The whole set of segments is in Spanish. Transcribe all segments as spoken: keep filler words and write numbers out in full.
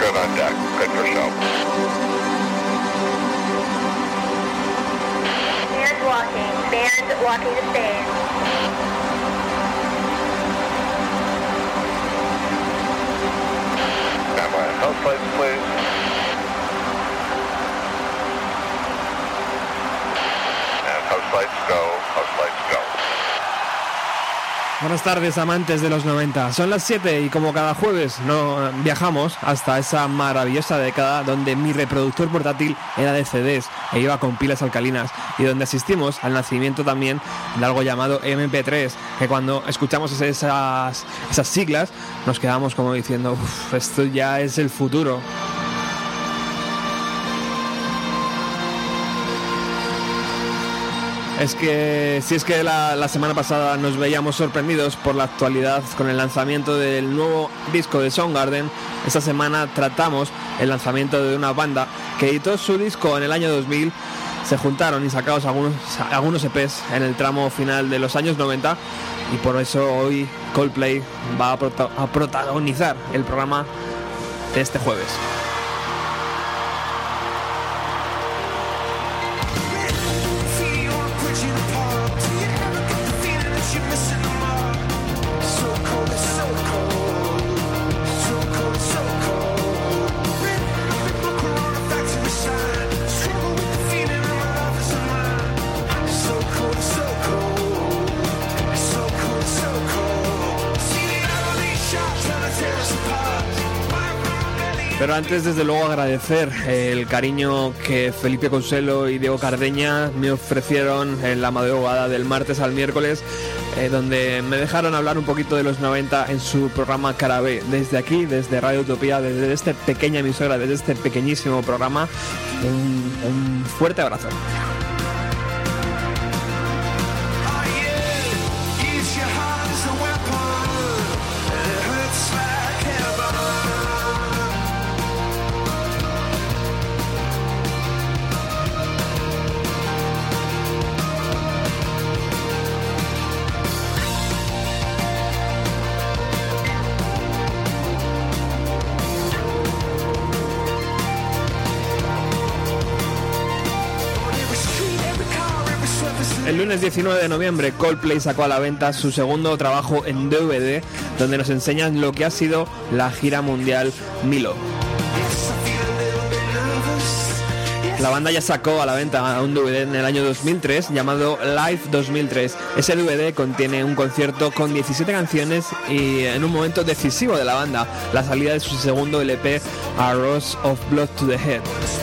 good on deck. Good for show. Band's walking. Band's walking the stage. Stand by. House lights, please. And house lights go. House lights go. Buenas tardes, amantes de los noventa. Son las siete y como cada jueves no viajamos hasta esa maravillosa década donde mi reproductor portátil era de C Ds e iba con pilas alcalinas y donde asistimos al nacimiento también de algo llamado eme pe tres, que cuando escuchamos esas, esas siglas nos quedamos como diciendo, uff, esto ya es el futuro. Es que si es que la, la semana pasada nos veíamos sorprendidos por la actualidad con el lanzamiento del nuevo disco de Soundgarden, esta semana tratamos el lanzamiento de una banda que editó su disco en el año dos mil, se juntaron y sacaron algunos, algunos E Pes en el tramo final de los años noventa y por eso hoy Coldplay va a, prota- a protagonizar el programa de este jueves. Pero antes, desde luego, agradecer el cariño que Felipe Conselo y Diego Cardeña me ofrecieron en la madrugada del martes al miércoles, eh, donde me dejaron hablar un poquito de los noventa en su programa Cara B. Desde aquí, desde Radio Utopía, desde esta pequeña emisora, desde este pequeñísimo programa, un, un fuerte abrazo. El lunes diecinueve de noviembre, Coldplay sacó a la venta su segundo trabajo en D V D, donde nos enseñan lo que ha sido la gira mundial Milo. La banda ya sacó a la venta un D V D en el año dos mil tres llamado Live dos mil tres. Ese D V D contiene un concierto con diecisiete canciones y en un momento decisivo de la banda, la salida de su segundo L P, A Rose of Blood to the Head.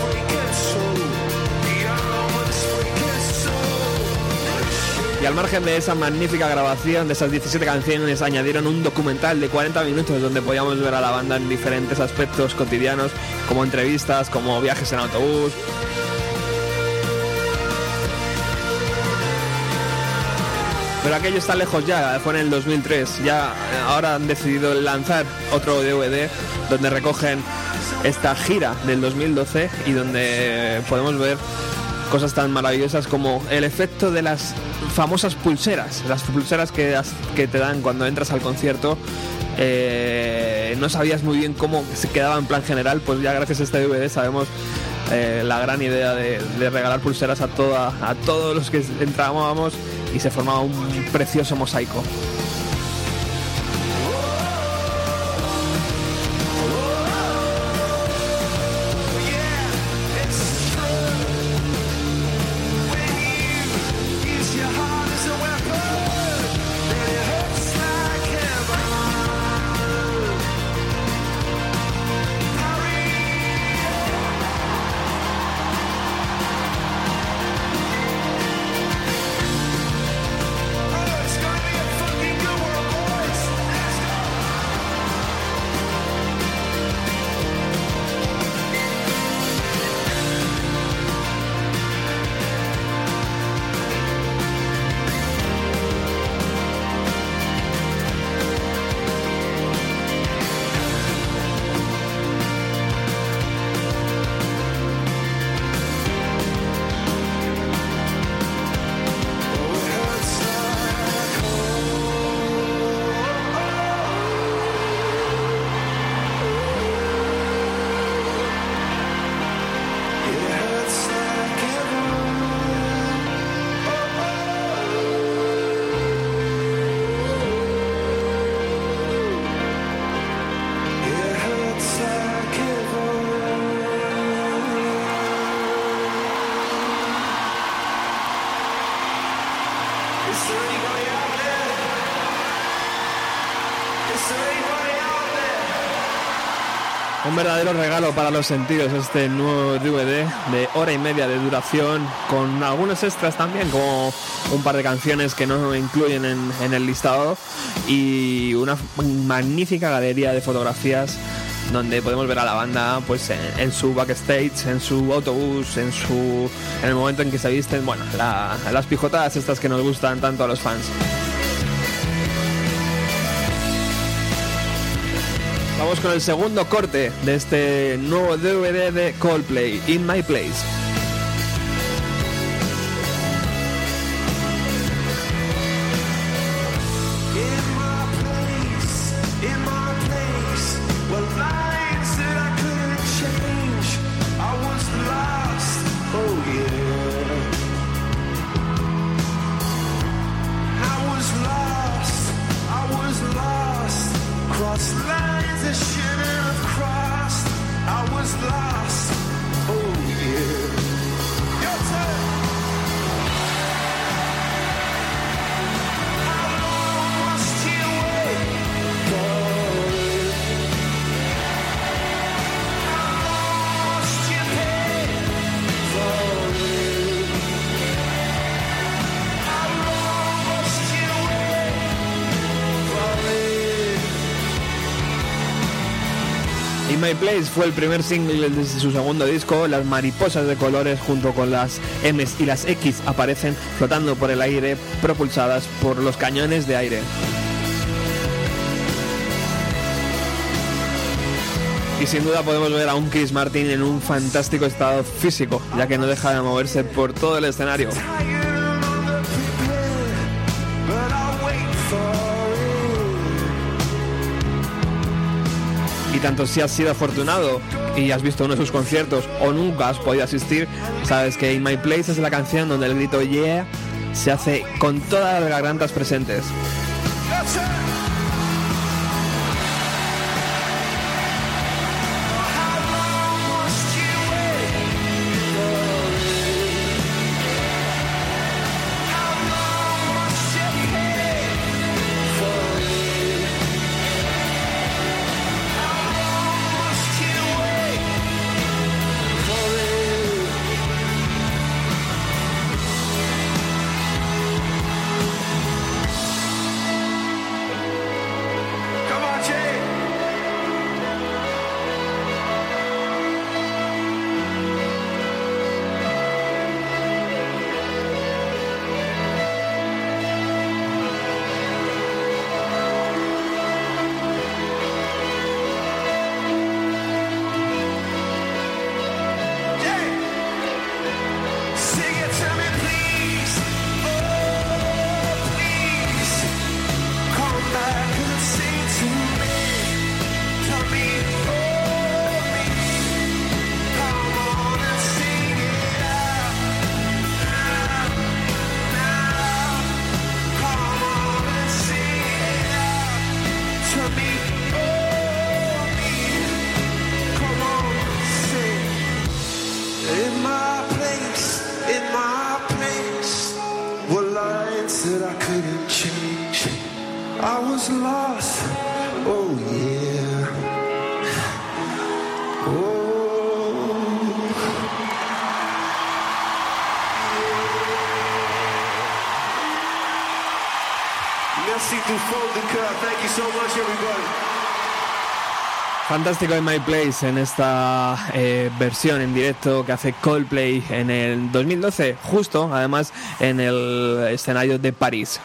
Y al margen de esa magnífica grabación de esas diecisiete canciones, añadieron un documental de cuarenta minutos donde podíamos ver a la banda en diferentes aspectos cotidianos, como entrevistas, como viajes en autobús. Pero aquello está lejos ya, fue en el dos mil tres. Ya ahora han decidido lanzar otro D V D donde recogen esta gira del dos mil doce y donde podemos ver cosas tan maravillosas como el efecto de las famosas pulseras, las pulseras que, que te dan cuando entras al concierto. Eh, no sabías muy bien cómo se quedaba en plan general, pues ya gracias a este D V D sabemos eh, la gran idea de, de regalar pulseras a, toda, a todos los que entrábamos y se formaba un precioso mosaico. Un verdadero regalo para los sentidos este nuevo D V D de hora y media de duración, con algunos extras también, como un par de canciones que no incluyen en, en el listado, y una magnífica galería de fotografías donde podemos ver a la banda pues en, en su backstage, en su autobús, en su en el momento en que se visten, bueno, la, las pijotadas estas que nos gustan tanto a los fans. Vamos con el segundo corte de este nuevo D V D de Coldplay, In My Place. My Place fue el primer single de su segundo disco. Las mariposas de colores junto con las M's y las X aparecen flotando por el aire, propulsadas por los cañones de aire. Y sin duda podemos ver a un Chris Martin en un fantástico estado físico, ya que no deja de moverse por todo el escenario. Y tanto si has sido afortunado y has visto uno de sus conciertos o nunca has podido asistir, sabes que In My Place es la canción donde el grito yeah se hace con todas las gargantas presentes. Fantástico In My Place en esta eh, versión en directo que hace Coldplay en el dos mil doce, justo además en el escenario de París.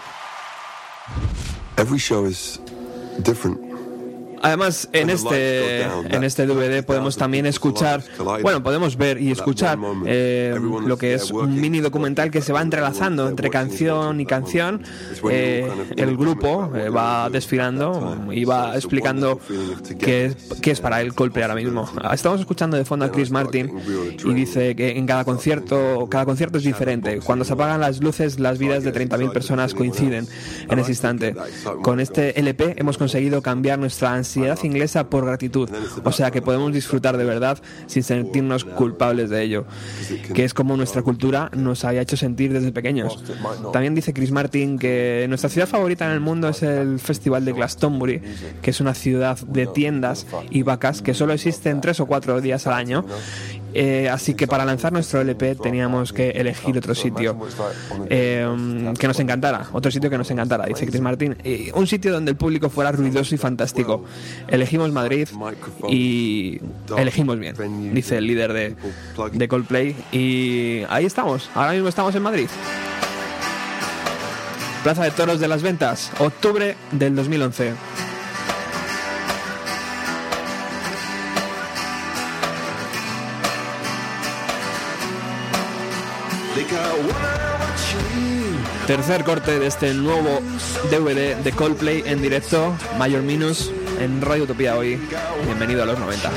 Every show is different. Además, en este en este D V D podemos también escuchar, bueno, podemos ver y escuchar eh, lo que es un mini documental que se va entrelazando entre canción y canción. Eh, el grupo eh, va desfilando y va explicando qué, qué es para él Coldplay ahora mismo. Estamos escuchando de fondo a Chris Martin y dice que en cada concierto, cada concierto es diferente. Cuando se apagan las luces, las vidas de treinta mil personas coinciden en ese instante. Con este L P hemos conseguido cambiar nuestra ansiedad ansiedad inglesa por gratitud, o sea que podemos disfrutar de verdad sin sentirnos culpables de ello, que es como nuestra cultura nos haya hecho sentir desde pequeños. También dice Chris Martin que nuestra ciudad favorita en el mundo es el Festival de Glastonbury, que es una ciudad de tiendas y vacas que solo existen tres o cuatro días al año. Eh, así que para lanzar nuestro L P teníamos que elegir otro sitio eh, que nos encantara, otro sitio que nos encantara, dice Chris Martin, y un sitio donde el público fuera ruidoso y fantástico. Elegimos Madrid y elegimos bien, dice el líder de, de Coldplay, y ahí estamos, ahora mismo estamos en Madrid. Plaza de Toros de las Ventas, octubre del dos mil once. Tercer corte de este nuevo D V D de Coldplay en directo, Major Minus, en Radio Utopía hoy. Bienvenido a los noventa.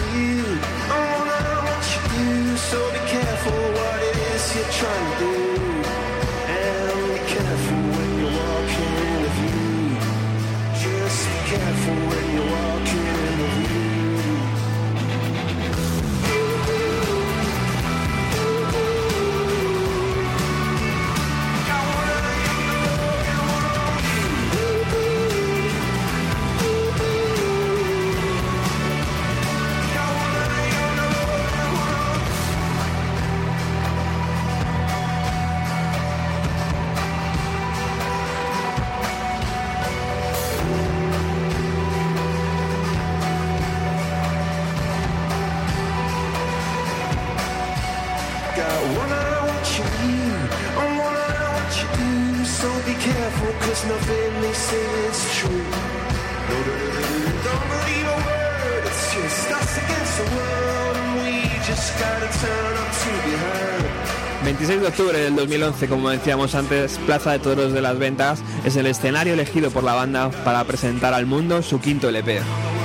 veintiséis de octubre del dos mil once, como decíamos antes, Plaza de Toros de las Ventas es el escenario elegido por la banda para presentar al mundo su quinto L P.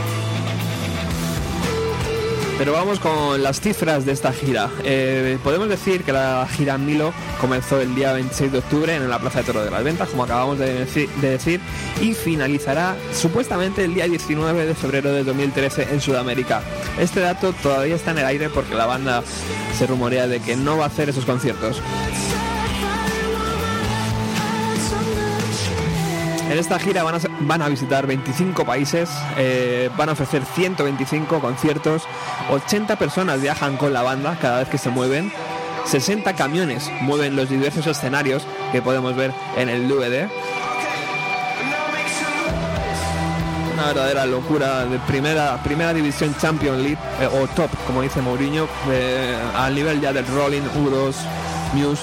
Pero vamos con las cifras de esta gira. Eh, podemos decir que la gira Milo comenzó el día veintiséis de octubre en la Plaza de Toros de las Ventas, como acabamos de, deci- de decir, y finalizará supuestamente el día diecinueve de febrero de dos mil trece en Sudamérica. Este dato todavía está en el aire porque la banda se rumorea de que no va a hacer esos conciertos. En esta gira van a, van a visitar veinticinco países, eh, van a ofrecer ciento veinticinco conciertos, ochenta personas viajan con la banda cada vez que se mueven, sesenta camiones mueven los diversos escenarios que podemos ver en el D V D. Una verdadera locura de primera, primera división Champions League, eh, o top, como dice Mourinho, eh, al nivel ya del Rolling, U dos, Muse.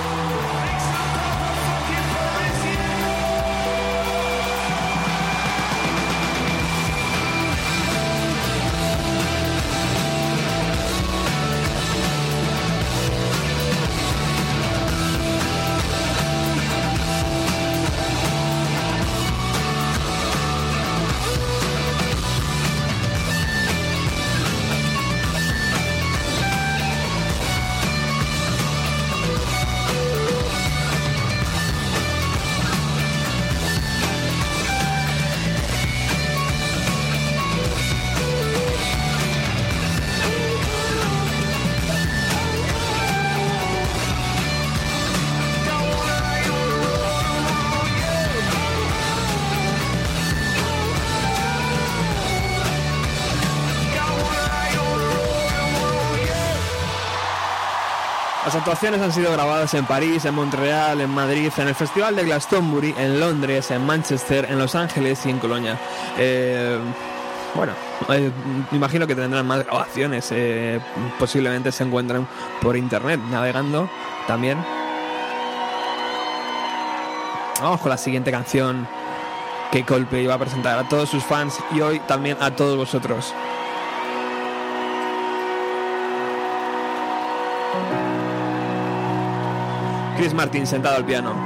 Las actuaciones han sido grabadas en París, en Montreal, en Madrid, en el Festival de Glastonbury, en Londres, en Manchester, en Los Ángeles y en Colonia. Eh, bueno, eh, imagino que tendrán más grabaciones. Eh, posiblemente se encuentren por internet, navegando también. Vamos con la siguiente canción que Coldplay va a presentar a todos sus fans y hoy también a todos vosotros. Chris Martin sentado al piano.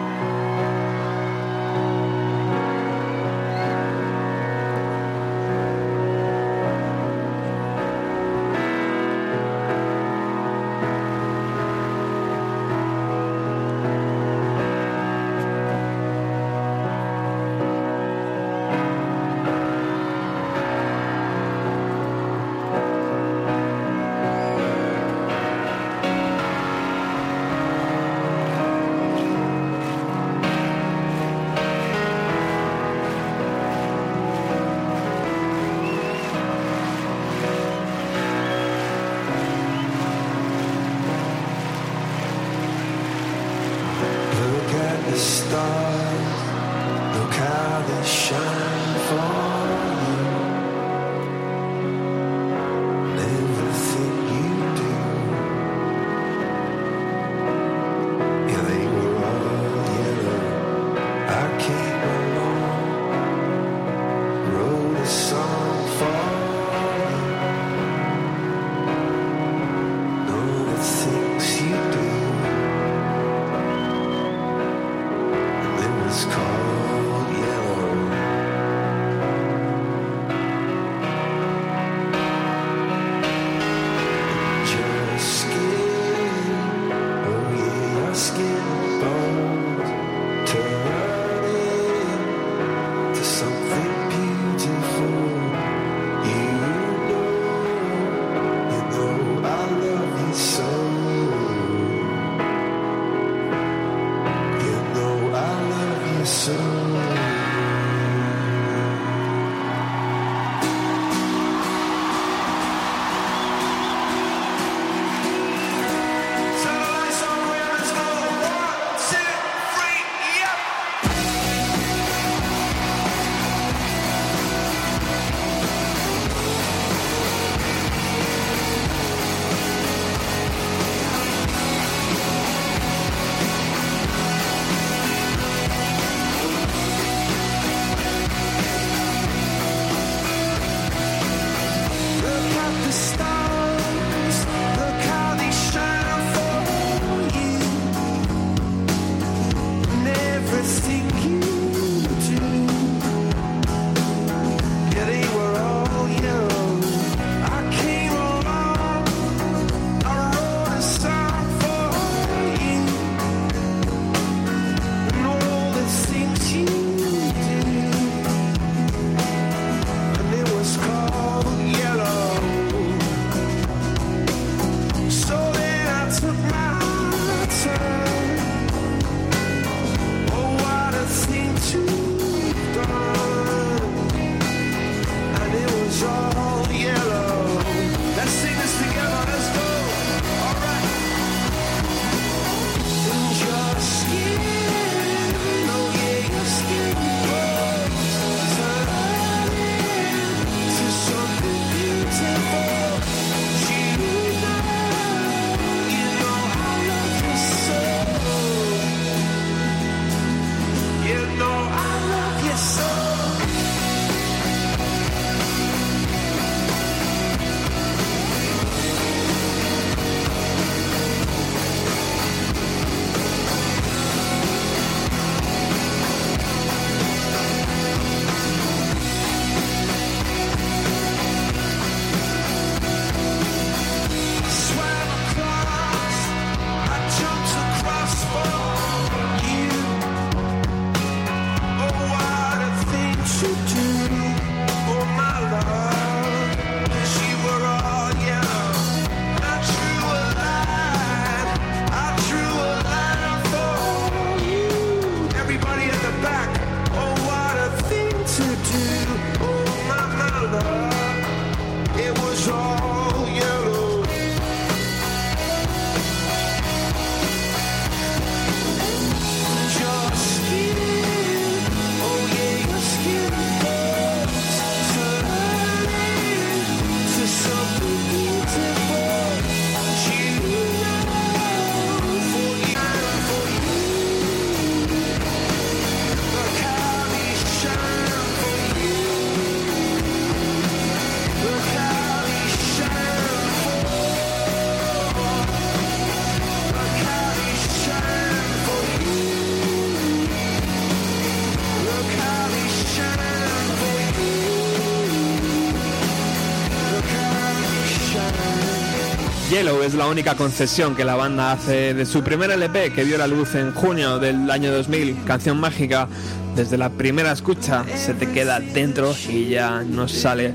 Yellow es la única concesión que la banda hace de su primer L P, que vio la luz en junio del año dos mil, Canción Mágica. Desde la primera escucha se te queda dentro y ya no sale.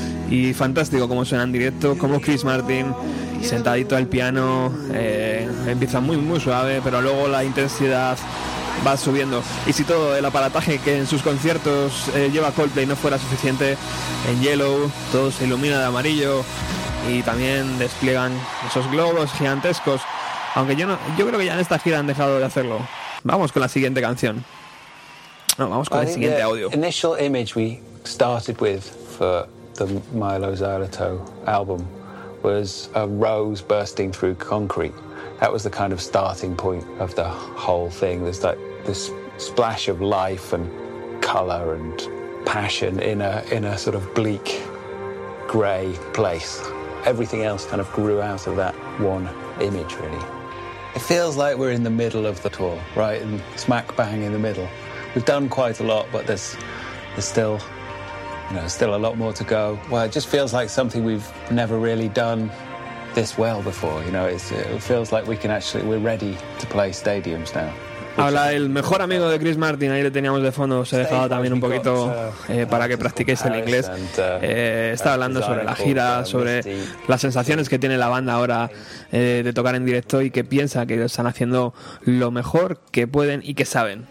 Y fantástico como suena en directo, como Chris Martin sentadito al piano, eh, empieza muy muy suave, pero luego la intensidad va subiendo. Y si todo el aparataje que en sus conciertos eh, lleva Coldplay no fuera suficiente, en Yellow todo se ilumina de amarillo y también despliegan esos globos gigantescos, aunque yo no, yo creo que ya en esta gira han dejado de hacerlo. Vamos con la siguiente canción. No, vamos con I el think siguiente the audio. initial image we started with for the Milo Xyloto album was a rose bursting through concrete. That was the kind of starting point of the whole thing. There's like this splash of life and colour and passion in a in a sort of bleak, grey place. Everything else kind of grew out of that one image, really. It feels like we're in the middle of the tour, right, and smack bang in the middle. We've done quite a lot, but there's there's still, you know, still a lot more to go. Well, it just feels like something we've never really done this well before. You know, it's, it feels like we can actually we're ready to play stadiums now. Habla el mejor amigo de Chris Martin, ahí le teníamos de fondo, os he dejado también un poquito eh, para que practiquéis el inglés. Eh, está hablando sobre la gira, sobre las sensaciones que tiene la banda ahora eh, de tocar en directo y que piensa que están haciendo lo mejor que pueden y que saben.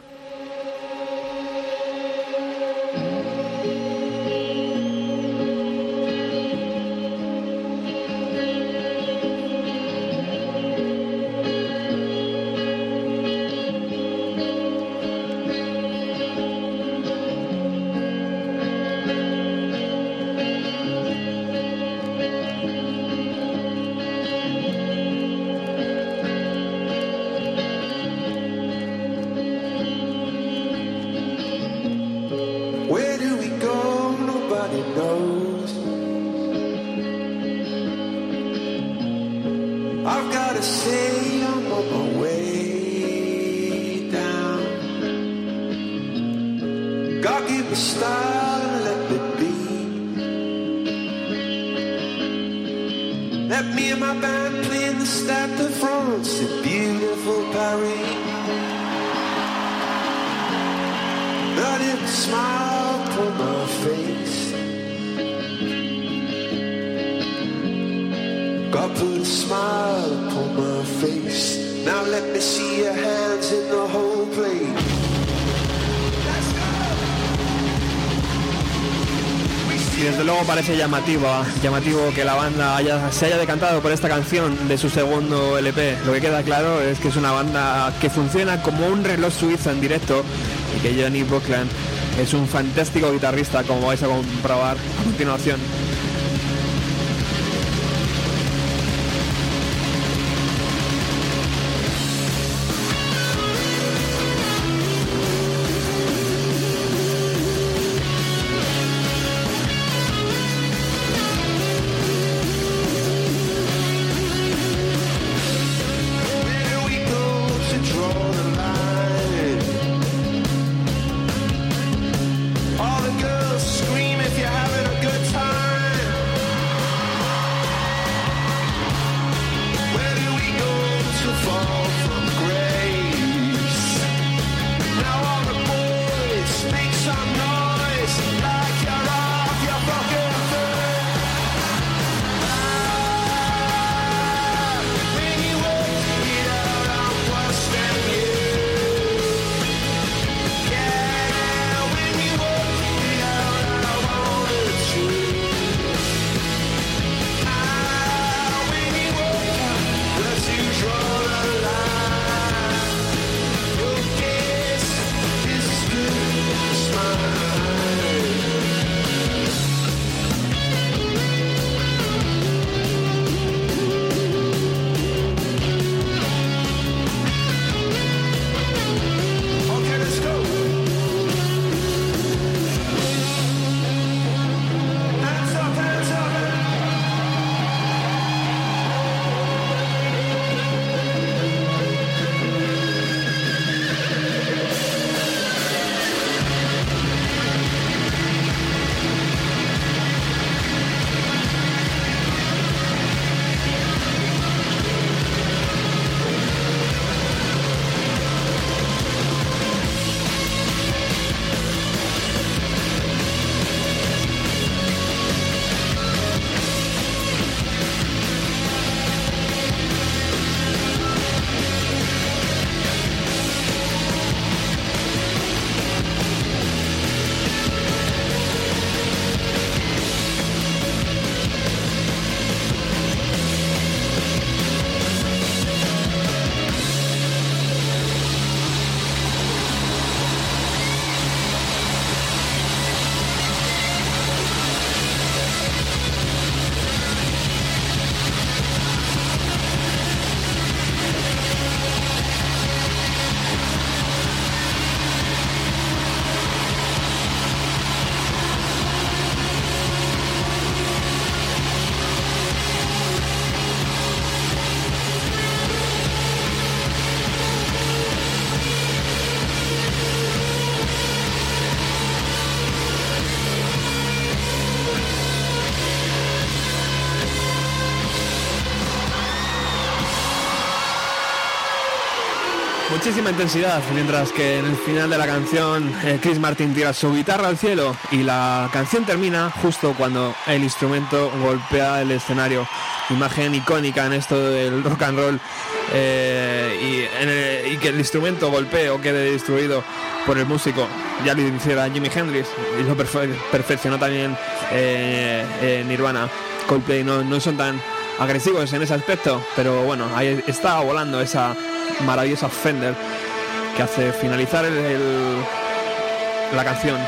Parece llamativo, llamativo que la banda haya, se haya decantado por esta canción de su segundo L P. Lo que queda claro es que es una banda que funciona como un reloj suizo en directo y que Johnny Buckland es un fantástico guitarrista, como vais a comprobar a continuación. Scream if you're having a good time. Muchísima intensidad, mientras que en el final de la canción eh, Chris Martin tira su guitarra al cielo y la canción termina justo cuando el instrumento golpea el escenario. Imagen icónica en esto del rock and roll, eh, y, en el, y que el instrumento golpee o quede destruido por el músico. Ya lo hiciera Jimi Hendrix y lo perfe- perfeccionó también eh, eh, Nirvana. Coldplay no, no son tan agresivos en ese aspecto, pero bueno, ahí está volando esa maravillosa Fender que hace finalizar el, el, la canción.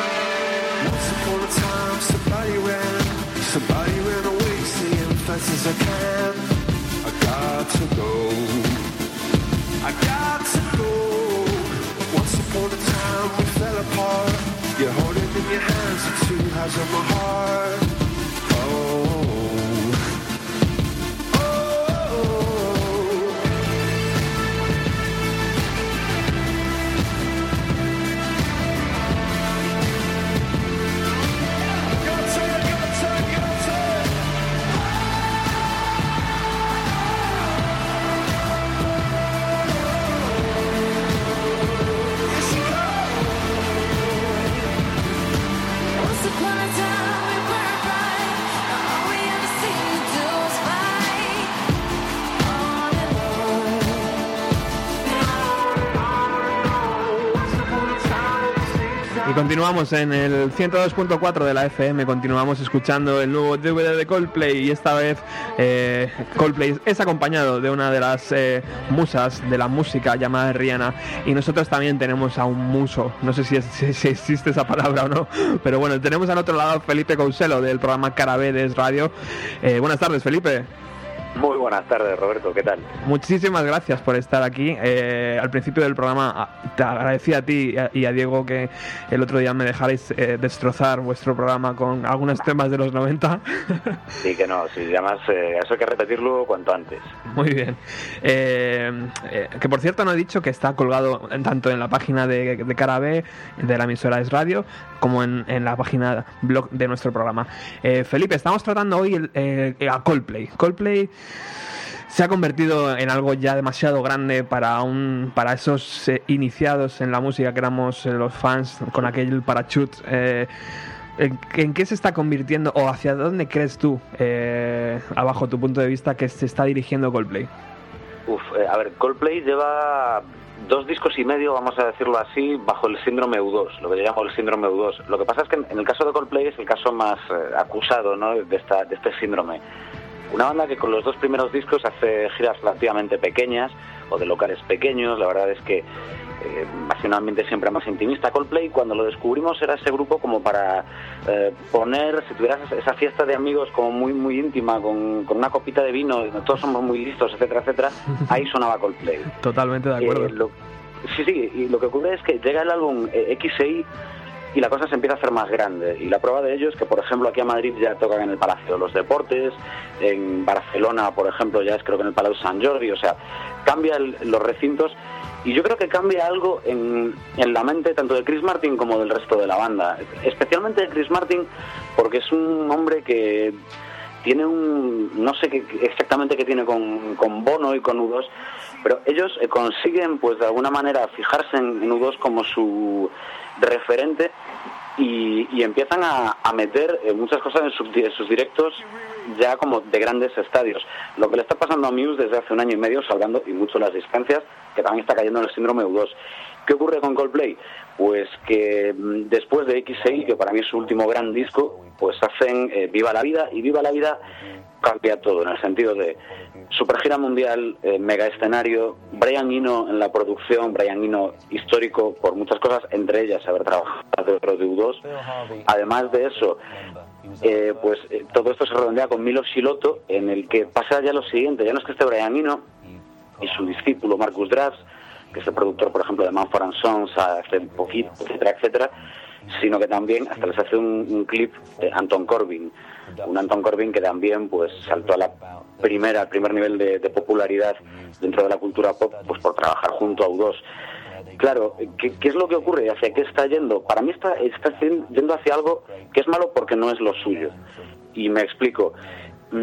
Y continuamos en el ciento dos punto cuatro de la F M, continuamos escuchando el nuevo D V D de Coldplay y esta vez eh, Coldplay es acompañado de una de las eh, musas de la música llamada Rihanna, y nosotros también tenemos a un muso, no sé si, es, si, si existe esa palabra o no, pero bueno, tenemos al otro lado a Felipe Couselo del programa Cara B de Es Radio. Eh, buenas tardes, Felipe. Muy buenas tardes, Roberto, ¿qué tal? Muchísimas gracias por estar aquí. Eh, al principio del programa te agradecí a ti y a Diego que el otro día me dejarais eh, destrozar vuestro programa con algunos temas de los noventa. Sí, que no, sí, además eh, eso hay que repetirlo cuanto antes. Muy bien. Eh, eh, que por cierto no he dicho que está colgado tanto en la página de, de Cara B de la emisora Es Radio como en, en la página blog de nuestro programa. Eh, Felipe, estamos tratando hoy el, eh, a Coldplay. Coldplay se ha convertido en algo ya demasiado grande para un para esos eh, iniciados en la música que éramos eh, los fans con aquel parachute. Eh, ¿en, ¿En qué se está convirtiendo o hacia dónde crees tú, eh, bajo tu punto de vista, que se está dirigiendo Coldplay? Uf, eh, a ver, Coldplay lleva dos discos y medio, vamos a decirlo así, bajo el síndrome U dos, lo que yo llamo el síndrome U dos. Lo que pasa es que en, en el caso de Coldplay es el caso más eh, acusado, ¿no?, de, esta, de este síndrome. Una banda que con los dos primeros discos hace giras relativamente pequeñas o de locales pequeños. La verdad es que eh, ha sido un ambiente siempre más intimista. Coldplay, cuando lo descubrimos, era ese grupo como para eh, poner, si tuvieras esa fiesta de amigos como muy muy íntima, con, con una copita de vino, todos somos muy listos, etcétera, etcétera, ahí sonaba Coldplay. Totalmente de acuerdo. Eh, lo, sí, sí, y lo que ocurre es que llega el álbum eh, X E I y la cosa se empieza a hacer más grande. Y la prueba de ello es que, por ejemplo, aquí a Madrid ya tocan en el Palacio de los Deportes, en Barcelona, por ejemplo, ya es creo que en el Palau Sant Jordi, o sea, cambia el, los recintos, y yo creo que cambia algo en, en la mente tanto de Chris Martin como del resto de la banda. Especialmente de Chris Martin, porque es un hombre que tiene un... no sé qué, exactamente qué tiene con, con Bono y con U dos, pero ellos eh, consiguen, pues de alguna manera, fijarse en, en U dos como su referente y, y empiezan a, a meter eh, muchas cosas en sus, en sus directos ya como de grandes estadios. Lo que le está pasando a Muse desde hace un año y medio, salvando y mucho las distancias, que también está cayendo en el síndrome U dos. ¿Qué ocurre con Coldplay? Pues que después de X E I, que para mí es su último gran disco, pues hacen eh, Viva la Vida, y Viva la Vida cambia todo, en el sentido de supergira mundial, eh, mega escenario, Brian Eno en la producción, Brian Eno histórico por muchas cosas, entre ellas haber trabajado dentro de U dos. Además de eso, eh, pues eh, todo esto se redondea con Milo Scilotto, en el que pasa ya lo siguiente: ya no es que esté Brian Eno y su discípulo Marcus Draps, que es el productor, por ejemplo, de Mumford and Sons hace un poquito, etcétera, etcétera, sino que también hasta les hace un, un clip de Anton Corbijn, un Anton Corbijn que también pues saltó a la primera, al primer nivel de, de popularidad dentro de la cultura pop, pues por trabajar junto a U dos. Claro, ¿qué, ¿qué es lo que ocurre? ¿Hacia qué está yendo? Para mí está, está yendo hacia algo que es malo porque no es lo suyo. Y me explico.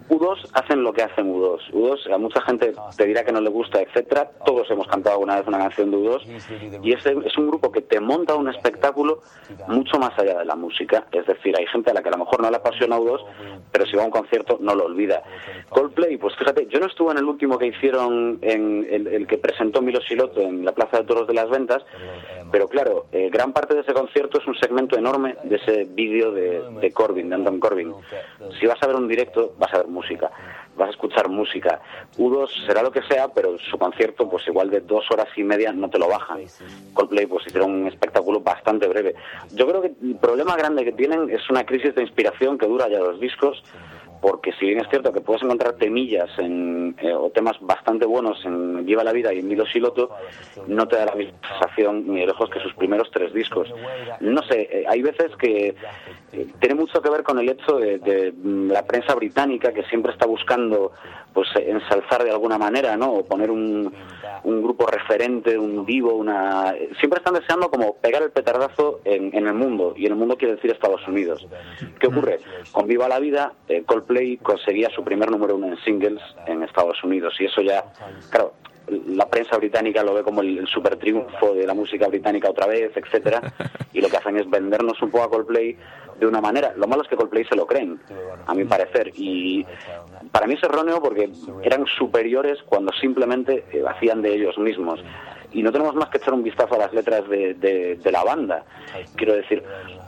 U dos hacen lo que hacen U dos. U dos, a mucha gente te dirá que no le gusta, etcétera. Todos hemos cantado alguna vez una canción de U dos y es, es un grupo que te monta un espectáculo mucho más allá de la música. Es decir, hay gente a la que a lo mejor no le apasiona U dos, pero si va a un concierto no lo olvida. Coldplay, pues fíjate, yo no estuve en el último que hicieron, en el, el que presentó Milo Silotto en la Plaza de Toros de las Ventas, pero claro, eh, gran parte de ese concierto es un segmento enorme de ese vídeo de, de Corbin, de Anton Corbin. Si vas a ver un directo, vas a ver música, vas a escuchar música. U dos será lo que sea, pero su concierto, pues igual de dos horas y media no te lo bajan. Coldplay, pues hicieron un espectáculo bastante breve. Yo creo que el problema grande que tienen es una crisis de inspiración que dura ya los discos, porque si bien es cierto que puedes encontrar temillas en, eh, o temas bastante buenos en Viva la Vida y en Milo Silotto, no te da la misma sensación ni de lejos que sus primeros tres discos. No sé, eh, hay veces que eh, tiene mucho que ver con el hecho de, de la prensa británica, que siempre está buscando pues ensalzar de alguna manera, ¿no? O poner un, un grupo referente, un divo, una... Siempre están deseando como pegar el petardazo en, en el mundo, y en el mundo quiere decir Estados Unidos. ¿Qué ocurre? Con Viva la Vida, eh, Coldplay conseguía su primer número uno en singles en Estados Unidos, y eso ya, claro, la prensa británica lo ve como el, el super triunfo de la música británica otra vez, etcétera, y lo que hacen es vendernos un poco a Coldplay de una manera. Lo malo es que Coldplay se lo creen, a mi parecer, y para mí es erróneo porque eran superiores cuando simplemente eh, hacían de ellos mismos. Y no tenemos más que echar un vistazo a las letras de, de, de la banda. Quiero decir,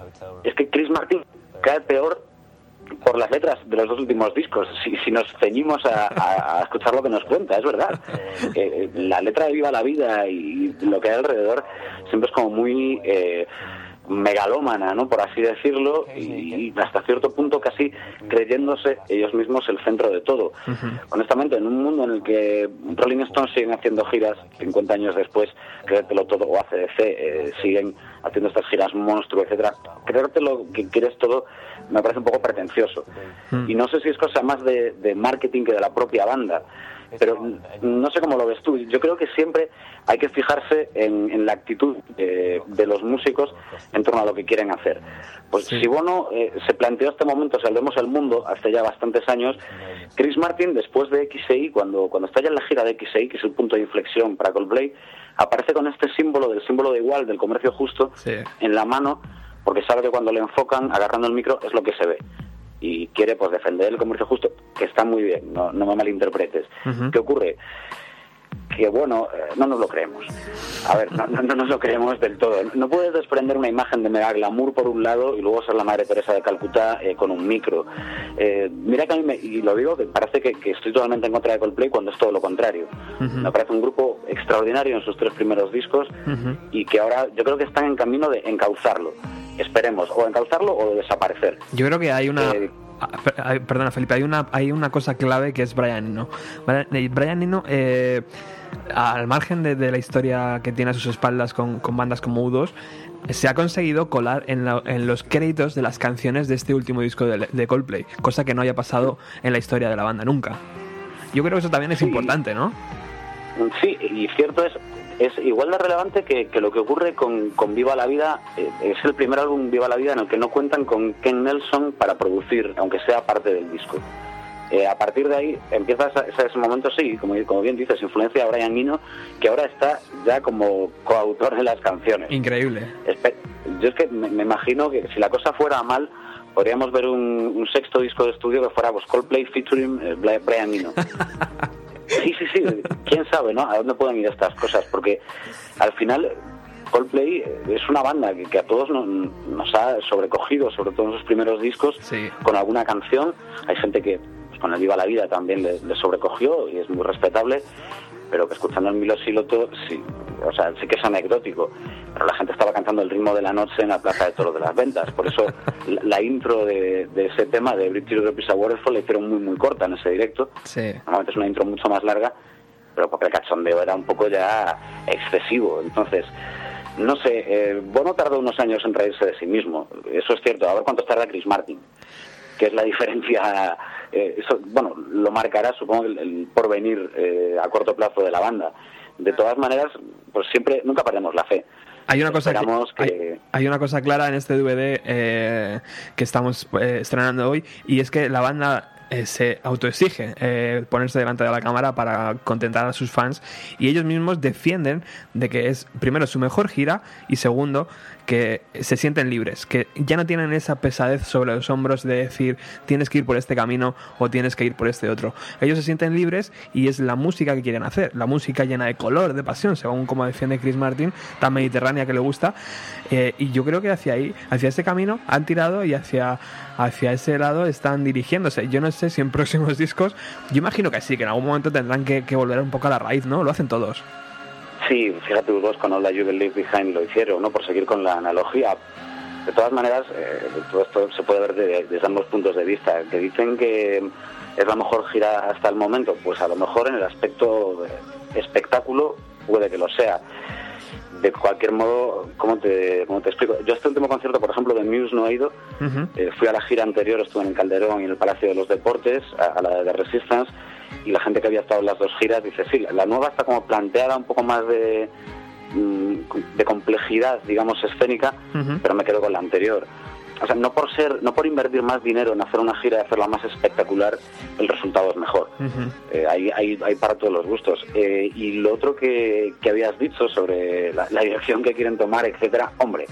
es que Chris Martin cae peor por las letras de los dos últimos discos, si, si nos ceñimos a, a, a escuchar lo que nos cuenta, es verdad. Eh, la letra de Viva la Vida y lo que hay alrededor siempre es como muy eh, megalómana, ¿no? Por así decirlo, y hasta cierto punto casi creyéndose ellos mismos el centro de todo. Uh-huh. Honestamente, en un mundo en el que Rolling Stones siguen haciendo giras cincuenta años después, Créetelo Todo o A C D C eh, siguen haciendo estas giras monstruo, etcétera, creértelo que quieres todo me parece un poco pretencioso. Uh-huh. Y no sé si es cosa más de, de marketing que de la propia banda, pero no sé cómo lo ves tú. Yo creo que siempre hay que fijarse en, en la actitud de, de los músicos en torno a lo que quieren hacer. Pues sí. Si Bono eh, se planteó este momento, Salvemos el Mundo, hace ya bastantes años, Chris Martin, después de X E I, cuando, cuando está ya en la gira de X E I, que es el punto de inflexión para Coldplay, aparece con este símbolo, del símbolo de igual, del comercio justo, sí, en la mano, porque sabe que cuando le enfocan agarrando el micro es lo que se ve. Y quiere pues defender el comercio justo, que está muy bien, no, no me malinterpretes. Uh-huh. ¿Qué ocurre? Que bueno, eh, no nos lo creemos. A ver, no, no, no nos lo creemos del todo. No puedes desprender una imagen de mega glamour por un lado y luego ser la Madre Teresa de Calcuta eh, con un micro. Eh, mira que a mí, me, y lo digo, que parece que, que estoy totalmente en contra de Coldplay cuando es todo lo contrario. Uh-huh. Me parece un grupo extraordinario en sus tres primeros discos, uh-huh, y que ahora yo creo que están en camino de encauzarlo. Esperemos, o encauzarlo o desaparecer. Yo creo que hay una... Eh, Perdona, Felipe, hay una hay una cosa clave que es Brian Eno. Brian Eno, eh, al margen de, de la historia que tiene a sus espaldas con, con bandas como U dos, se ha conseguido colar en, la, en los créditos de las canciones de este último disco de, de Coldplay, cosa que no haya pasado en la historia de la banda nunca. Yo creo que eso también es sí, importante, ¿no? Sí, y cierto es, es igual de relevante que, que lo que ocurre con, con Viva la Vida. Eh, es el primer álbum Viva la Vida en el que no cuentan con Ken Nelson para producir, aunque sea parte del disco. Eh, a partir de ahí empieza ese, ese momento, sí, como, como bien dices, influencia de Brian Eno, que ahora está ya como coautor de las canciones. Increíble. Espe- Yo es que me, me imagino que si la cosa fuera mal, podríamos ver un, un sexto disco de estudio que fuera pues, Coldplay featuring eh, Brian Eno. Sí, sí, sí, quién sabe, ¿no? A dónde pueden ir estas cosas, porque al final Coldplay es una banda que, que a todos nos, nos ha sobrecogido, sobre todo en sus primeros discos, sí, con alguna canción. Hay gente que pues, con el Viva la Vida también le, le sobrecogió y es muy respetable, pero que escuchando el Milo Silotto, sí, o sea, sí que es anecdótico, pero la gente estaba cantando el ritmo de la noche en la Plaza de Toros de las Ventas. Por eso la, la intro de, de ese tema de Every Teardrop is a Waterfall la hicieron muy muy corta en ese directo. Sí. Normalmente es una intro mucho más larga, pero porque el cachondeo era un poco ya excesivo. Entonces, no sé, eh, Bono tardó unos años en reírse de sí mismo, eso es cierto. A ver cuánto tarda Chris Martin, que es la diferencia. Eh, eso, bueno, lo marcará, supongo, el, el porvenir eh, a corto plazo de la banda. De todas maneras, pues siempre, nunca perdemos la fe. Hay una cosa que, que... Hay, hay una cosa clara en este D V D eh, que estamos eh, estrenando hoy, y es que la banda eh, se autoexige eh, ponerse delante de la cámara para contentar a sus fans, y ellos mismos defienden de que es, primero, su mejor gira, y segundo, que se sienten libres, que ya no tienen esa pesadez sobre los hombros de decir tienes que ir por este camino o tienes que ir por este otro. Ellos se sienten libres y es la música que quieren hacer, la música llena de color, de pasión, según como defiende Chris Martin, tan mediterránea que le gusta, eh, y yo creo que hacia ahí, hacia ese camino han tirado y hacia, hacia ese lado están dirigiéndose. Yo no sé si en próximos discos, yo imagino que sí, que en algún momento tendrán que, que volver un poco a la raíz, ¿no? Lo hacen todos. Sí, fíjate, U dos con All That You Can Leave Behind lo hicieron, ¿no? Por seguir con la analogía. De todas maneras, eh, todo esto se puede ver de, desde ambos puntos de vista. Que dicen que es la mejor gira hasta el momento, pues a lo mejor en el aspecto espectáculo puede que lo sea. De cualquier modo, ¿cómo te, cómo te explico? Yo este último concierto, por ejemplo, de Muse no he ido. Uh-huh. Eh, fui a la gira anterior, estuve en el Calderón y en el Palacio de los Deportes, a, a la de The Resistance, y la gente que había estado en las dos giras dice, sí, la nueva está como planteada un poco más de, de complejidad, digamos, escénica, uh-huh. pero me quedo con la anterior. O sea, no por ser, no por invertir más dinero en hacer una gira y hacerla más espectacular, el resultado es mejor. Uh-huh. Eh, hay, hay, hay para todos los gustos. Eh, y lo otro que, que habías dicho sobre la, la dirección que quieren tomar, etcétera, hombre,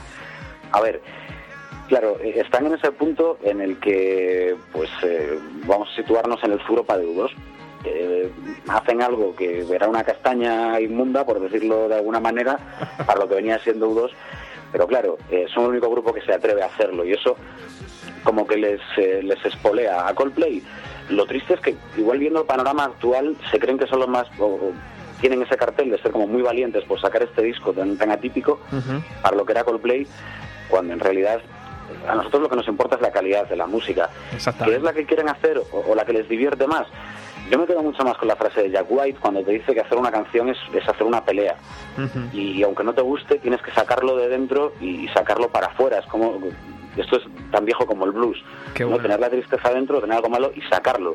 a ver, claro, eh, están en ese punto en el que, pues, eh, vamos a situarnos en el Zuropa de U dos. Eh, hacen algo que era una castaña inmunda, por decirlo de alguna manera, para lo que venía siendo U dos. Pero claro, eh, son el único grupo que se atreve a hacerlo y eso como que les, eh, les espolea a Coldplay. Lo triste es que igual viendo el panorama actual se creen que son los más, o, o tienen ese cartel de ser como muy valientes por sacar este disco tan, tan atípico uh-huh. para lo que era Coldplay, cuando en realidad a nosotros lo que nos importa es la calidad de la música, que es la que quieren hacer o, o la que les divierte más. Yo me quedo mucho más con la frase de Jack White cuando te dice que hacer una canción es, es hacer una pelea. Uh-huh. Y aunque no te guste, tienes que sacarlo de dentro y sacarlo para afuera. Es como, esto es tan viejo como el blues. Qué bueno. ¿No? Tener la tristeza dentro, tener algo malo y sacarlo.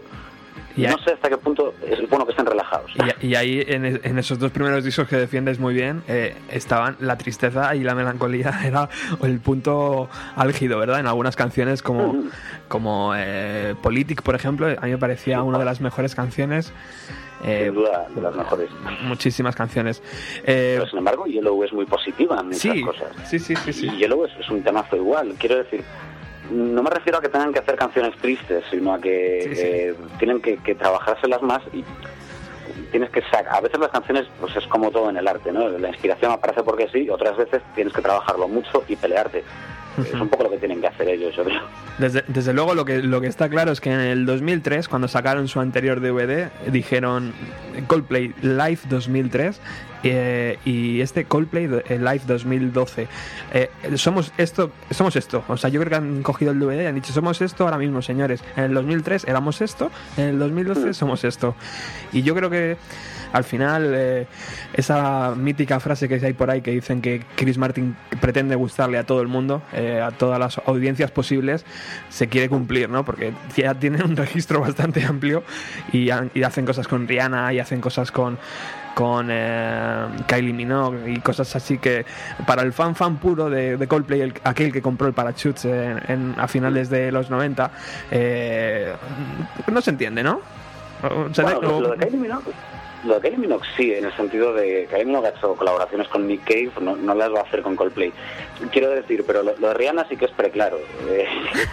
Y no sé hasta qué punto es bueno que estén relajados. Y, y ahí, en, en esos dos primeros discos que defiendes muy bien, eh, estaban la tristeza y la melancolía, era el punto álgido, ¿verdad? En algunas canciones como, mm. como eh, Politic, por ejemplo, a mí me parecía una de las mejores canciones. Eh, Sin duda, de las mejores. Muchísimas canciones. Eh, Pero sin embargo, Yellow es muy positiva en muchas sí, cosas. Sí, sí, sí, sí. Y Yellow es, es un temazo igual, quiero decir... No me refiero a que tengan que hacer canciones tristes, sino a que sí, sí. Eh, tienen que, que trabajárselas más y tienes que sacar. A veces las canciones, pues es como todo en el arte, ¿no? La inspiración aparece porque sí, otras veces tienes que trabajarlo mucho y pelearte. Uh-huh. Es un poco lo que tienen que hacer ellos, yo creo. Desde, desde luego lo que, lo que está claro es que en el dos mil tres, cuando sacaron su anterior D V D, dijeron Coldplay Live dos mil tres eh, y este Coldplay Live dos mil doce. Eh, somos esto, somos esto. O sea, yo creo que han cogido el D V D y han dicho somos esto ahora mismo, señores. En el dos mil tres éramos esto, en el dos mil doce uh-huh. somos esto. Y yo creo que al final eh, esa mítica frase que hay por ahí que dicen que Chris Martin pretende gustarle a todo el mundo, eh, a todas las audiencias posibles, se quiere cumplir, ¿no? Porque ya tienen un registro bastante amplio y, y hacen cosas con Rihanna y hacen cosas con con eh, Kylie Minogue y cosas así que para el fan fan puro de, de Coldplay, el, aquel que compró el Parachutes en, en, a finales de los noventa, eh, no se entiende, ¿no? O sea, bueno, lo, lo de Kylie Minogue Lo de Kylie Minogue sí, en el sentido de que Kylie Minogue ha hecho colaboraciones con Nick Cave, no, no las va a hacer con Coldplay. Quiero decir, pero lo, lo de Rihanna sí que es preclaro. Eh,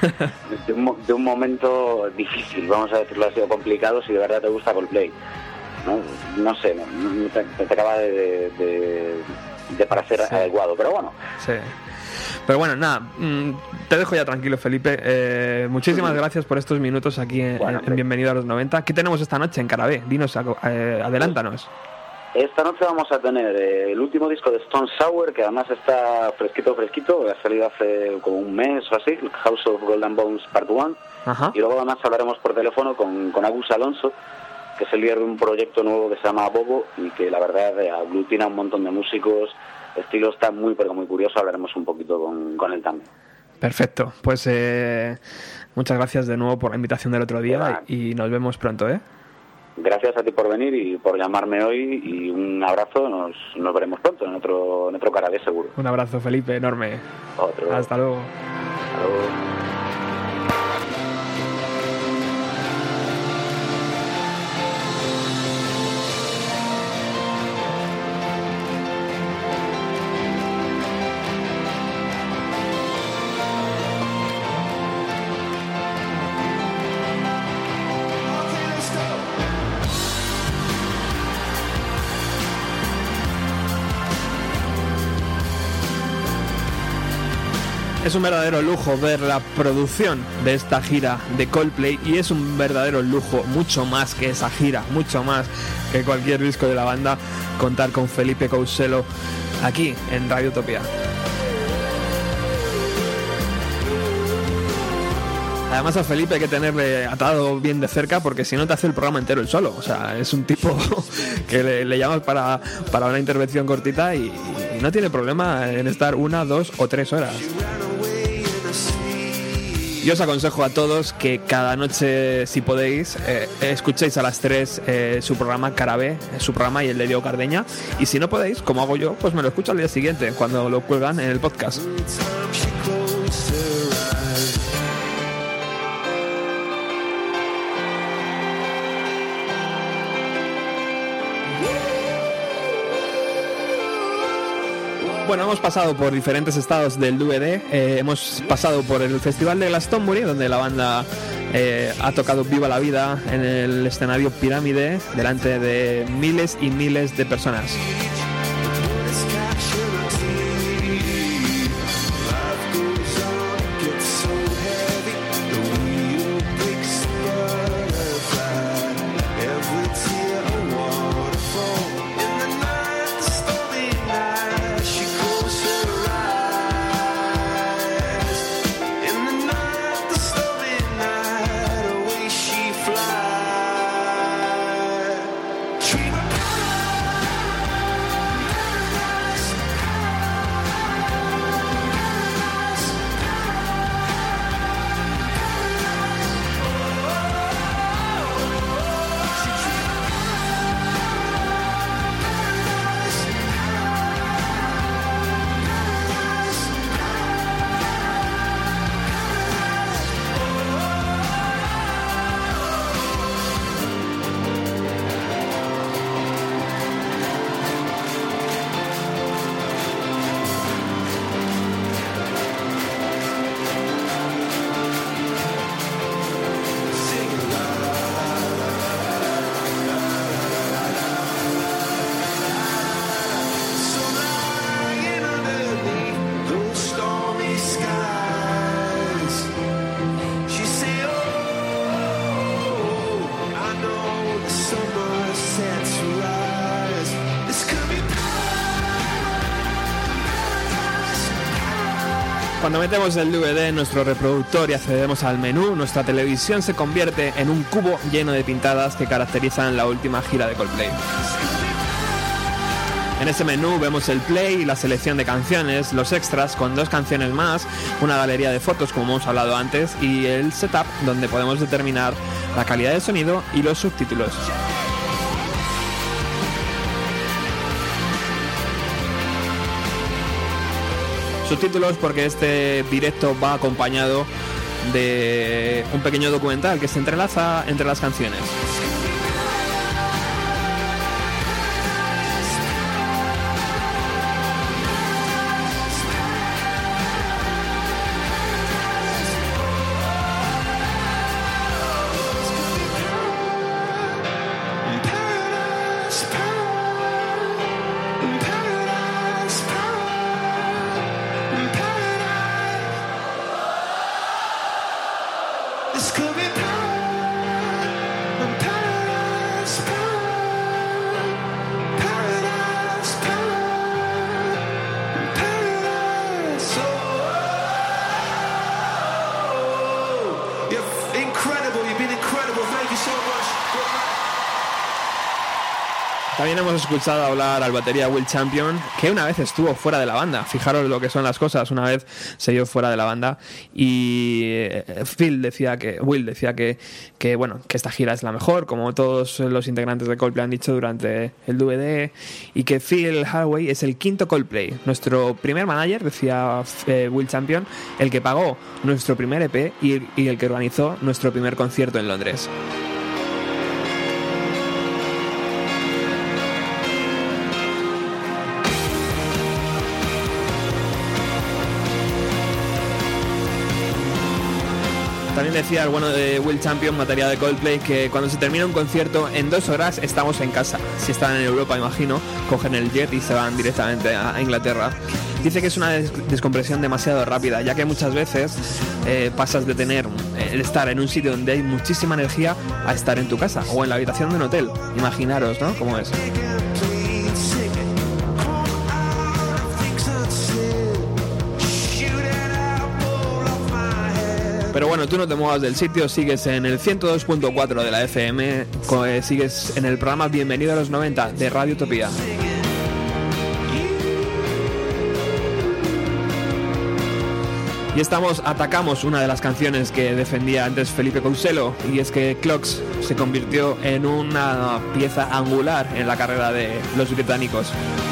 de, un, de un momento difícil, vamos a decirlo así, o complicado, si de verdad te gusta Coldplay. No, no sé, no, no te, te acaba de, de, de parecer sí. adecuado, pero bueno. Sí. Pero bueno, nada, te dejo ya tranquilo, Felipe. Eh, muchísimas gracias por estos minutos aquí en, bueno, en Bienvenido a los noventa. ¿Qué tenemos esta noche en Carabé? Dinos, eh, adelántanos. Esta noche vamos a tener eh, el último disco de Stone Sour, que además está fresquito, fresquito, ha salido hace como un mes o así, House of Golden Bones Part uno. Y luego además hablaremos por teléfono con, con Agus Alonso, que es el líder de un proyecto nuevo que se llama Bobo y que la verdad eh, aglutina un montón de músicos. El estilo está muy, pero muy curioso. Hablaremos un poquito con, con él también. Perfecto. Pues eh, muchas gracias de nuevo por la invitación del otro día y nos vemos pronto, ¿eh? Gracias a ti por venir y por llamarme hoy y un abrazo. Nos, nos veremos pronto en otro, en otro Carabé seguro. Un abrazo, Felipe, enorme. Otro. Hasta luego. Hasta luego. Es un verdadero lujo ver la producción de esta gira de Coldplay y es un verdadero lujo, mucho más que esa gira, mucho más que cualquier disco de la banda, contar con Felipe Couselo aquí en Radio Utopía. Además a Felipe hay que tenerle atado bien de cerca porque si no te hace el programa entero él solo. O sea, es un tipo que le, le llamas para, para una intervención cortita y, y no tiene problema en estar una, dos o tres horas. Yo os aconsejo a todos que cada noche, si podéis, eh, escuchéis a las tres eh, su programa Carabé, su programa y el de Diego Cardeña. Y si no podéis, como hago yo, pues me lo escucho al día siguiente, cuando lo cuelgan en el podcast. Bueno, hemos pasado por diferentes estados del D V D, eh, hemos pasado por el Festival de Glastonbury, donde la banda eh, ha tocado Viva la Vida en el escenario Pirámide, delante de miles y miles de personas. Cuando metemos el D V D en nuestro reproductor y accedemos al menú, nuestra televisión se convierte en un cubo lleno de pintadas que caracterizan la última gira de Coldplay. En ese menú vemos el play y la selección de canciones, los extras con dos canciones más, una galería de fotos como hemos hablado antes y el setup donde podemos determinar la calidad de sonido y los subtítulos. Subtítulos porque este directo va acompañado de un pequeño documental que se entrelaza entre las canciones. También hemos escuchado hablar al batería Will Champion, que una vez estuvo fuera de la banda. Fijaros lo que son las cosas, una vez se dio fuera de la banda. Y Phil decía que, Will decía que, que bueno, que esta gira es la mejor, como todos los integrantes de Coldplay han dicho durante el D V D, y que Phil Holloway es el quinto Coldplay. Nuestro primer manager, decía eh, Will Champion, el que pagó nuestro primer E P y, y el que organizó nuestro primer concierto en Londres. También decía el bueno de Will Champion, batería de Coldplay, que cuando se termina un concierto en dos horas estamos en casa. Si están en Europa, imagino, cogen el jet y se van directamente a Inglaterra. Dice que es una des- descompresión demasiado rápida, ya que muchas veces eh, pasas de tener el estar en un sitio donde hay muchísima energía a estar en tu casa o en la habitación de un hotel. Imaginaros, ¿no? Cómo es. Pero bueno, tú no te muevas del sitio, sigues en el ciento dos punto cuatro de la F M, sigues en el programa Bienvenido a los noventa de Radio Utopía. Y estamos, atacamos una de las canciones que defendía antes Felipe Couselo, y es que Clocks se convirtió en una pieza angular en la carrera de los británicos.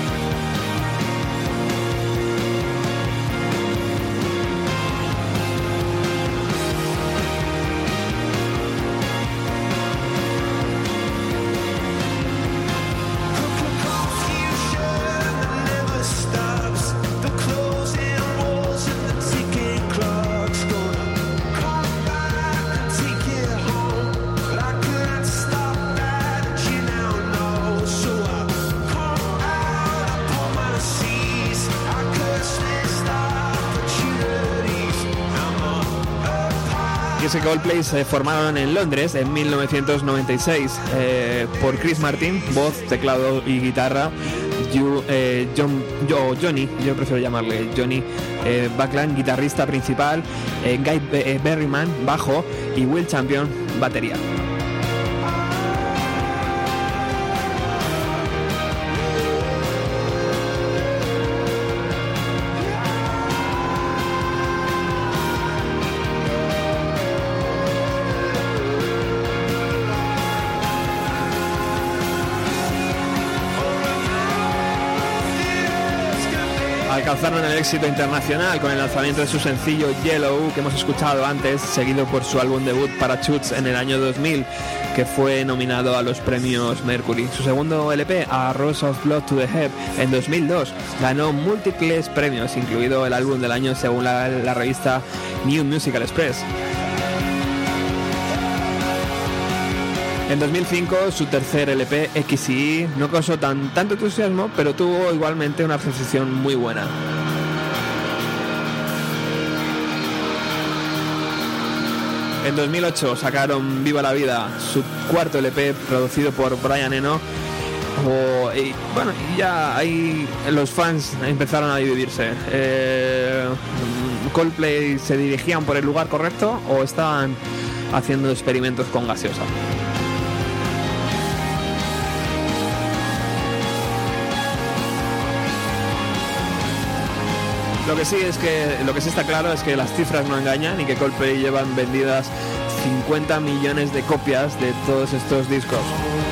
Que Coldplay se formaron en Londres en mil novecientos noventa y seis eh, por Chris Martin, voz, teclado y guitarra, you, eh, John, yo, Johnny, yo prefiero llamarle Johnny eh, Buckland, guitarrista principal, eh, Guy eh, Berryman, bajo, y Will Champion, batería. Alcanzaron el éxito internacional con el lanzamiento de su sencillo Yellow, que hemos escuchado antes, seguido por su álbum debut Parachutes en el año dos mil, que fue nominado a los premios Mercury. Su segundo L P, A Rose of Blood to the Head, en dos mil dos, ganó múltiples premios, incluido el álbum del año según la, la revista New Musical Express. En dos mil cinco, su tercer L P, X Y, no causó tan, tanto entusiasmo, pero tuvo igualmente una recepción muy buena. En dos mil ocho sacaron Viva la Vida, su cuarto L P, producido por Brian Eno. Oh, y bueno, ya ahí los fans empezaron a dividirse. Eh, ¿Coldplay se dirigían por el lugar correcto o estaban haciendo experimentos con gaseosa? Lo que sí es que lo que sí está claro es que las cifras no engañan y que Coldplay llevan vendidas cincuenta millones de copias de todos estos discos.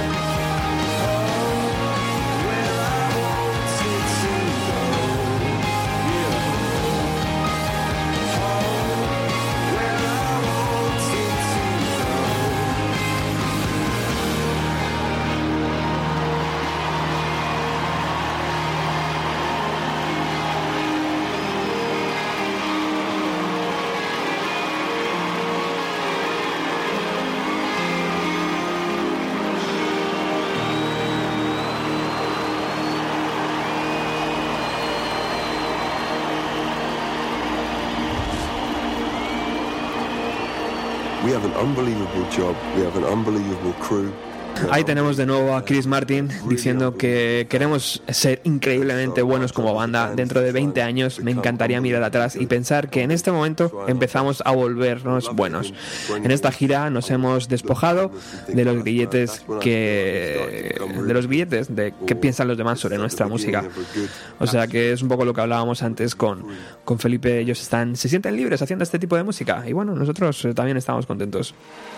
We have an unbelievable job. We have an unbelievable crew. Ahí tenemos de nuevo a Chris Martin diciendo que queremos ser increíblemente buenos como banda. Dentro de veinte años me encantaría mirar atrás y pensar que en este momento empezamos a volvernos buenos. En esta gira nos hemos despojado de los grilletes que de los grilletes de qué piensan los demás sobre nuestra música. O sea que es un poco lo que hablábamos antes con, con Felipe. Ellos están se sienten libres haciendo este tipo de música y bueno, nosotros también estamos contentos.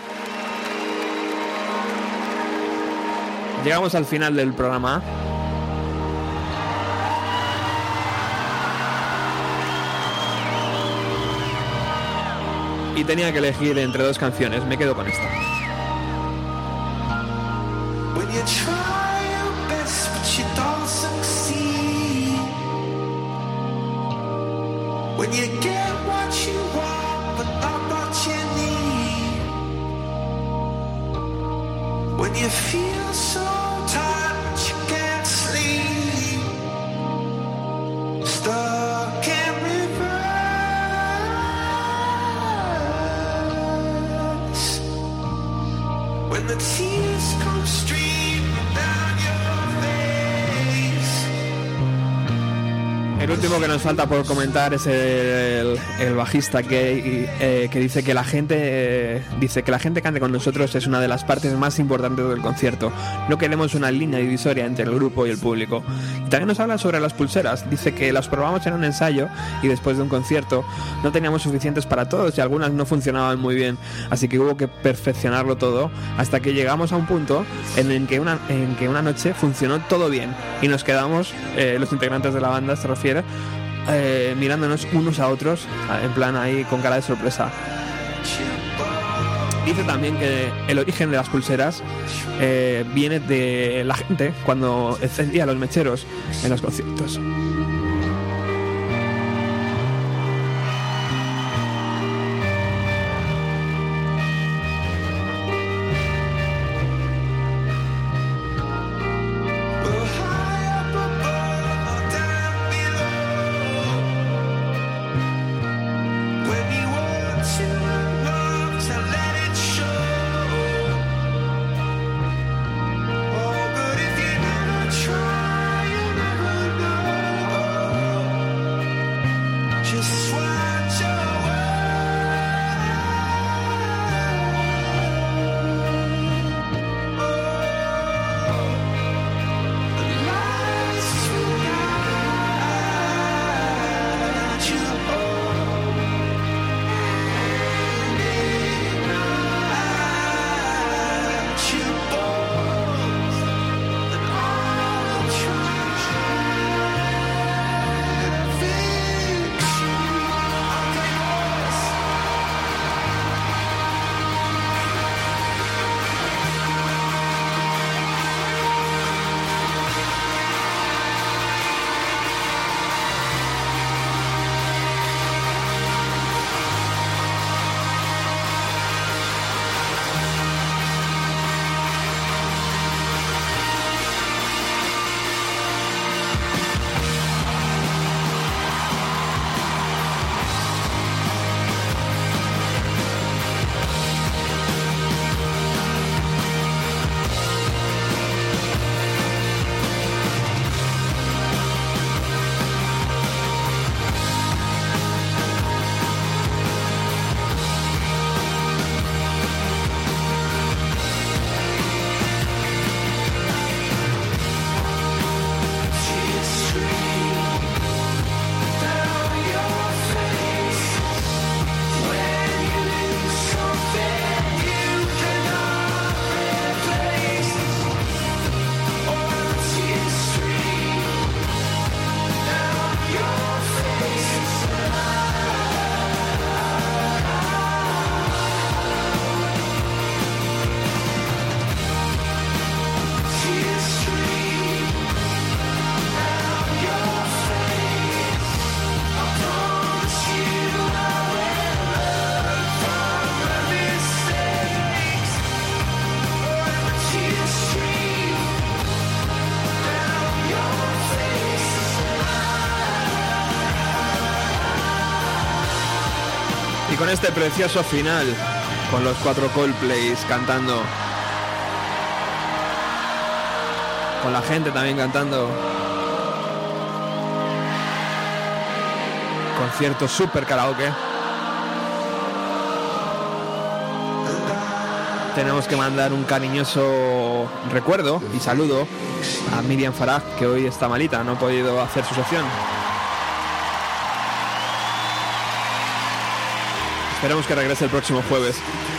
Llegamos al final del programa. Y tenía que elegir entre dos canciones. Me quedo con esta. When you get what you want, but not what you need. El último que nos falta por comentar es el, el bajista que, eh, que dice que la gente eh, dice que la gente cante con nosotros es una de las partes más importantes del concierto. No queremos una línea divisoria entre el grupo y el público. Y también nos habla sobre las pulseras. Dice que las probamos en un ensayo y después de un concierto no teníamos suficientes para todos y algunas no funcionaban muy bien, así que hubo que perfeccionarlo todo hasta que llegamos a un punto en el que una, en que una noche funcionó todo bien y nos quedamos, eh, los integrantes de la banda se refiere, Eh, mirándonos unos a otros en plan ahí con cara de sorpresa. Dice también que el origen de las pulseras eh, viene de la gente cuando encendía los mecheros en los conciertos. Con este precioso final, con los cuatro Coldplays cantando, con la gente también cantando, concierto super karaoke. Tenemos que mandar un cariñoso recuerdo y saludo a Miriam Farag, que hoy está malita, no ha podido hacer su sección. Esperemos que regrese el próximo jueves.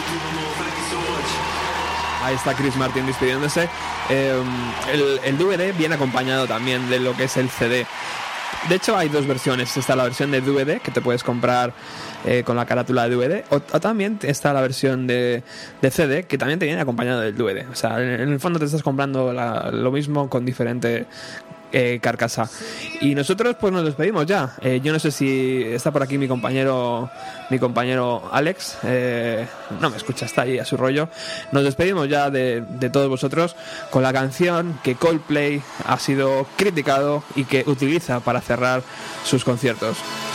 Ahí está Chris Martin despidiéndose. Eh, el, el D V D viene acompañado también de lo que es el C D. De hecho hay dos versiones. Está la versión de D V D que te puedes comprar eh, con la carátula de D V D, o, o también está la versión de, de C D que también te viene acompañado del D V D. O sea, en, en el fondo te estás comprando la, lo mismo con diferente eh, Carcasa. Y nosotros pues nos despedimos ya. Eh, yo no sé si está por aquí mi compañero mi compañero Alex, eh, no me escucha, está ahí a su rollo. Nos despedimos ya de, de todos vosotros con la canción que Coldplay ha sido criticado y que utiliza para cerrar sus conciertos.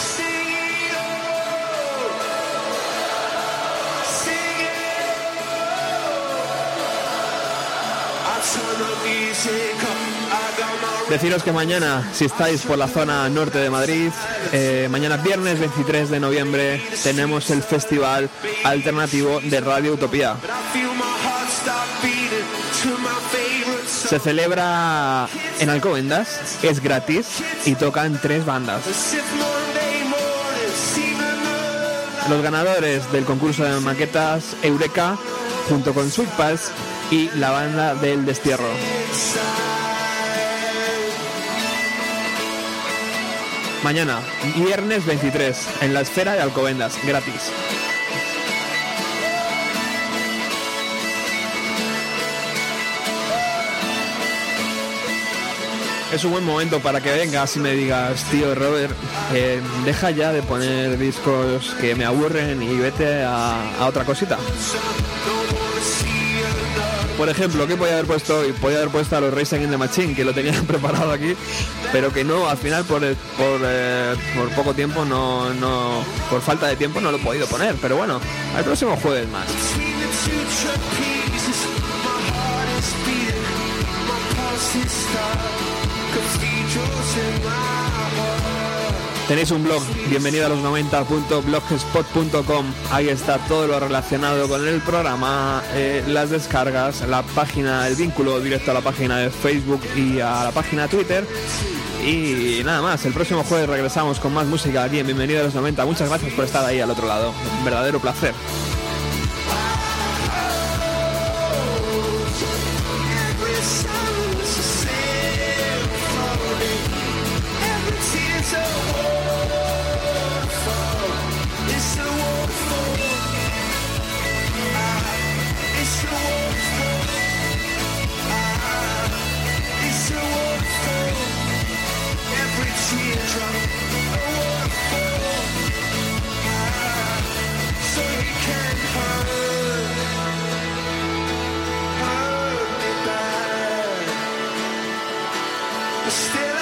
Deciros que mañana, si estáis por la zona norte de Madrid, eh, mañana viernes veintitrés de noviembre tenemos el Festival Alternativo de Radio Utopía. Se celebra en Alcobendas, es gratis y tocan tres bandas. Los ganadores del concurso de maquetas Eureka, junto con Sweet Pulse y la banda del Destierro. Mañana, viernes veintitrés, en la Esfera de Alcobendas, gratis. Es un buen momento para que vengas y me digas, tío Robert, eh, deja ya de poner discos que me aburren y vete a, a otra cosita. Por ejemplo, ¿qué podía haber puesto hoy? Podía haber puesto a los Rage Against the Machine, que lo tenían preparado aquí, pero que no, al final por por, eh, por poco tiempo, no, no, por falta de tiempo no lo he podido poner. Pero bueno, al próximo jueves más. Tenéis un blog, bienvenido a los noventa punto blogspot punto com. Ahí está todo lo relacionado con el programa, eh, las descargas, la página, el vínculo directo a la página de Facebook y a la página de Twitter. Y nada más, el próximo jueves regresamos con más música aquí en Bienvenido a los noventa. Muchas gracias por estar ahí al otro lado, un verdadero placer. Still